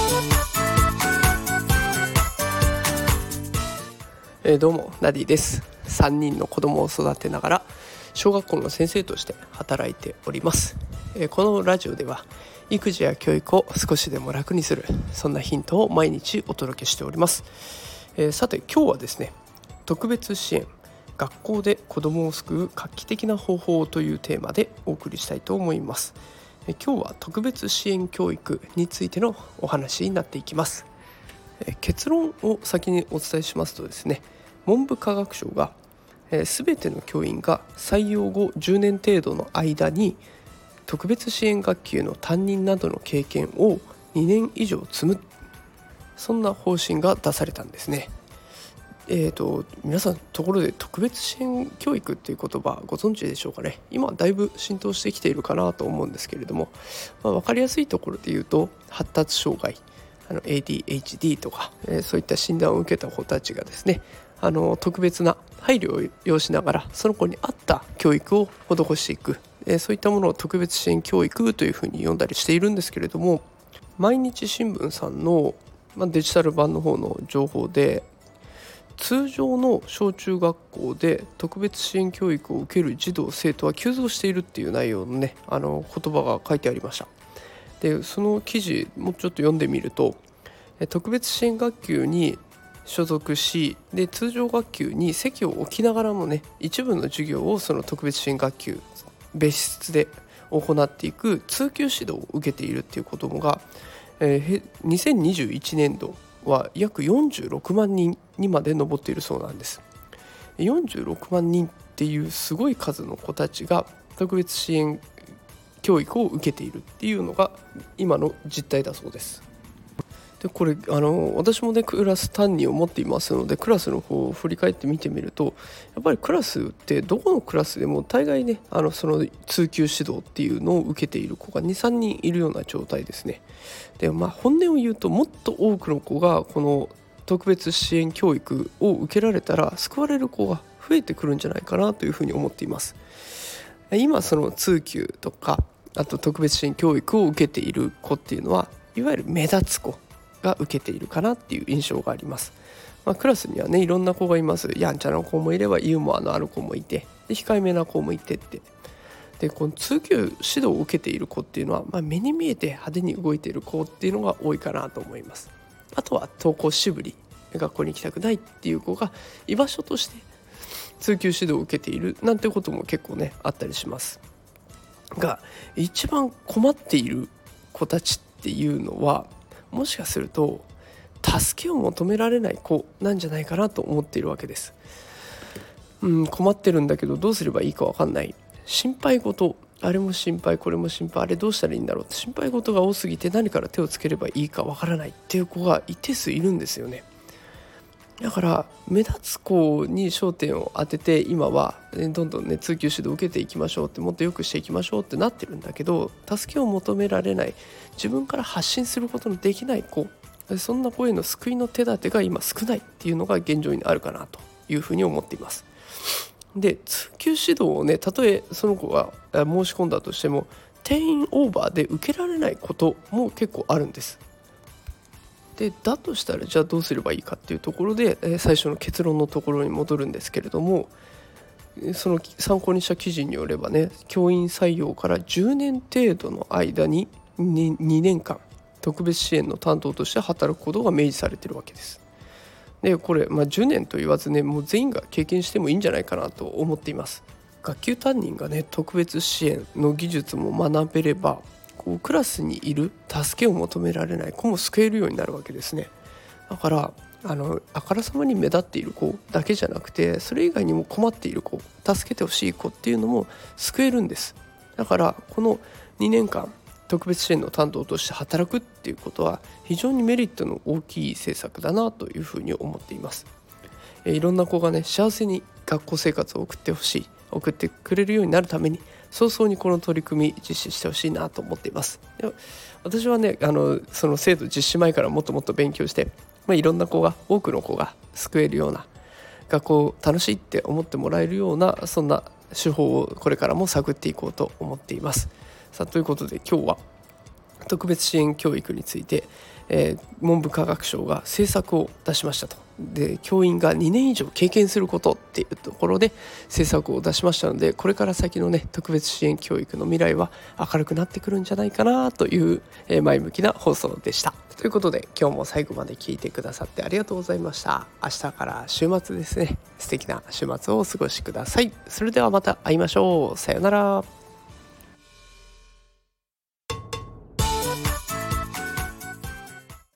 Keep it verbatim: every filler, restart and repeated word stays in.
えー、どうもナディです。さんにんの子供を育てながら小学校の先生として働いております。えー、このラジオでは育児や教育を少しでも楽にする、そんなヒントを毎日お届けしております。えー、さて今日はですね、特別支援、学校で子供を救う画期的な方法というテーマでお送りしたいと思います。えー、今日は特別支援教育についてのお話になっていきます。えー、結論を先にお伝えしますとですね、文部科学省がすべ、えー、ての教員が採用後じゅうねん程度の間に特別支援学級の担任などの経験をにねん以上積む、そんな方針が出されたんですね。えーと、皆さんところで特別支援教育っていう言葉ご存知でしょうかね。今だいぶ浸透してきているかなと思うんですけれども、まあ、分かりやすいところで言うと発達障害、あの エーディーエイチディー とか、えー、そういった診断を受けた子たちがですね、あの特別な配慮を要しながらその子に合った教育を施していく、えー、そういったものを特別支援教育というふうに呼んだりしているんですけれども、毎日新聞さんの、まあ、デジタル版の方の情報で、通常の小中学校で特別支援教育を受ける児童生徒は急増しているっていう内容のね、あの言葉が書いてありました。でその記事もちょっと読んでみると、特別支援学級に所属し、で通常学級に席を置きながらもね、一部の授業をその特別支援学級別室で行っていく通級指導を受けているっていう子どもが、えー、にせんにじゅういちねんどは約よんじゅうろくまんにんにまで上っているそうなんです。よんじゅうろくまんにんっていうすごい数の子たちが特別支援教育を受けているっていうのが今の実態だそうです。でこれあの私もねクラス担任を持っていますので、クラスの方を振り返って見てみると、やっぱりクラスってどこのクラスでも大概ね、あのその通級指導っていうのを受けている子が にさんにんいるような状態ですね。でまあ本音を言うと、もっと多くの子がこの特別支援教育を受けられたら救われる子が増えてくるんじゃないかなというふうに思っています。今その通級とか、あと特別支援教育を受けている子っていうのは、いわゆる目立つ子が受けているかなっていう印象があります。まあ、クラスにはねいろんな子がいます。やんちゃな子もいればユーモアのある子もいて、で控えめな子もいてって、でこの通級指導を受けている子っていうのは、まあ、目に見えて派手に動いている子っていうのが多いかなと思います。あとは登校しぶり、学校に行きたくないっていう子が居場所として通級指導を受けているなんてことも結構ねあったりしますが、一番困っている子たちっていうのは、もしかすると助けを求められない子なんじゃないかなと思っているわけです。うん、困ってるんだけどどうすればいいか分かんない、心配事、あれも心配これも心配、あれどうしたらいいんだろう、心配事が多すぎて何から手をつければいいか分からないっていう子が一定数いるんですよね。だから目立つ子に焦点を当てて、今はどんどんね通級指導を受けていきましょうって、もっと良くしていきましょうってなってるんだけど、助けを求められない、自分から発信することのできない子、そんな子への救いの手立てが今少ないっていうのが現状にあるかなというふうに思っています。で通級指導をね、たとえその子が申し込んだとしても定員オーバーで受けられないことも結構あるんです。でだとしたらじゃあどうすればいいかっていうところで、えー、最初の結論のところに戻るんですけれども、その参考にした記事によればね、教員採用からじゅうねん程度の間に に, にねんかん特別支援の担当として働くことが明示されているわけです。でこれ、まあ、じゅうねんと言わずね、もう全員が経験してもいいんじゃないかなと思っています。学級担任がね特別支援の技術も学べれば、こうクラスにいる助けを求められない子も救えるようになるわけですね。だからあのあからさまに目立っている子だけじゃなくて、それ以外にも困っている子、助けてほしい子っていうのも救えるんです。だからこのにねんかん特別支援の担当として働くっていうことは非常にメリットの大きい政策だなというふうに思っています。えいろんな子がね幸せに学校生活を送ってほしい、送ってくれるようになるために早々にこの取り組み実施してほしいなと思っています。で私はねあのその制度実施前からもっともっと勉強して、まあ、いろんな子が多くの子が救えるような、学校楽しいって思ってもらえるような、そんな手法をこれからも探っていこうと思っています。さあということで今日は特別支援教育について、えー、文部科学省が政策を出しましたと。で教員がにねん以上経験することっていうところで政策を出しましたので、これから先のね特別支援教育の未来は明るくなってくるんじゃないかなという、えー、前向きな放送でした。ということで今日も最後まで聞いてくださってありがとうございました。明日から週末ですね。素敵な週末をお過ごしください。それではまた会いましょう。さようなら。